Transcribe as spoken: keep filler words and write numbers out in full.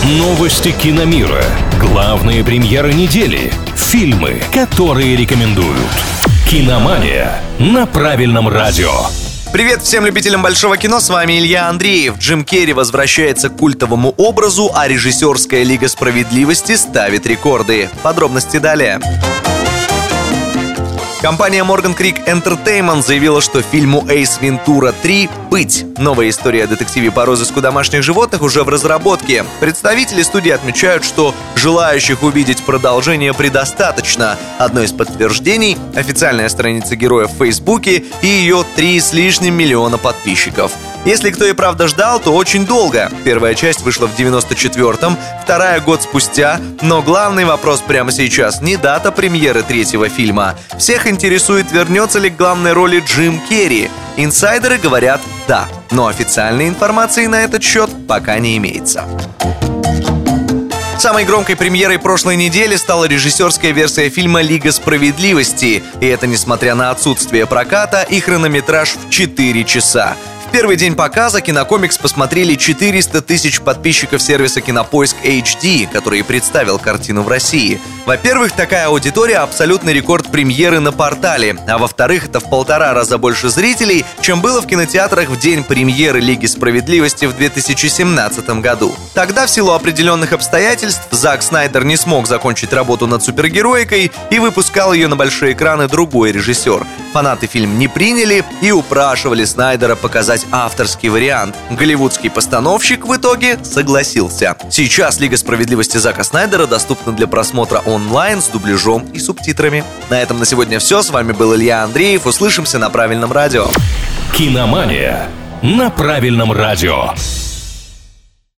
Новости киномира. Главные премьеры недели. Фильмы, которые рекомендуют. Киномания на правильном радио. Привет всем любителям большого кино, с вами Илья Андреев. Джим Керри возвращается к культовому образу, а режиссерская Лига Справедливости ставит рекорды. Подробности далее. Компания Morgan Creek Entertainment заявила, что фильму «Эйс Вентура три. Быть». Новая история о детективе по розыску домашних животных уже в разработке. Представители студии отмечают, что желающих увидеть продолжение предостаточно. Одно из подтверждений – официальная страница героя в Фейсбуке и ее три с лишним миллиона подписчиков. Если кто и правда ждал, то очень долго. Первая часть вышла в девяносто четвёртом, вторая год спустя, но главный вопрос прямо сейчас не дата премьеры третьего фильма. Всех интересует, вернется ли к главной роли Джим Керри. Инсайдеры говорят «да», но официальной информации на этот счет пока не имеется. Самой громкой премьерой прошлой недели стала режиссерская версия фильма «Лига Справедливости». И это несмотря на отсутствие проката и хронометраж в четыре часа. В первый день показа кинокомикс посмотрели четыреста тысяч подписчиков сервиса Кинопоиск эйч ди, который представил картину в России. Во-первых, такая аудитория – абсолютный рекорд премьеры на портале, а во-вторых, это в полтора раза больше зрителей, чем было в кинотеатрах в день премьеры «Лиги Справедливости» в две тысячи семнадцатом году. Тогда, в силу определенных обстоятельств, Зак Снайдер не смог закончить работу над супергеройкой и выпускал ее на большие экраны другой режиссер. Фанаты фильм не приняли и упрашивали Снайдера показать авторский вариант. Голливудский постановщик в итоге согласился. Сейчас «Лига Справедливости» Зака Снайдера доступна для просмотра онлайн с дубляжом и субтитрами. На этом на сегодня все. С вами был Илья Андреев. Услышимся на правильном радио. Киномания на правильном радио.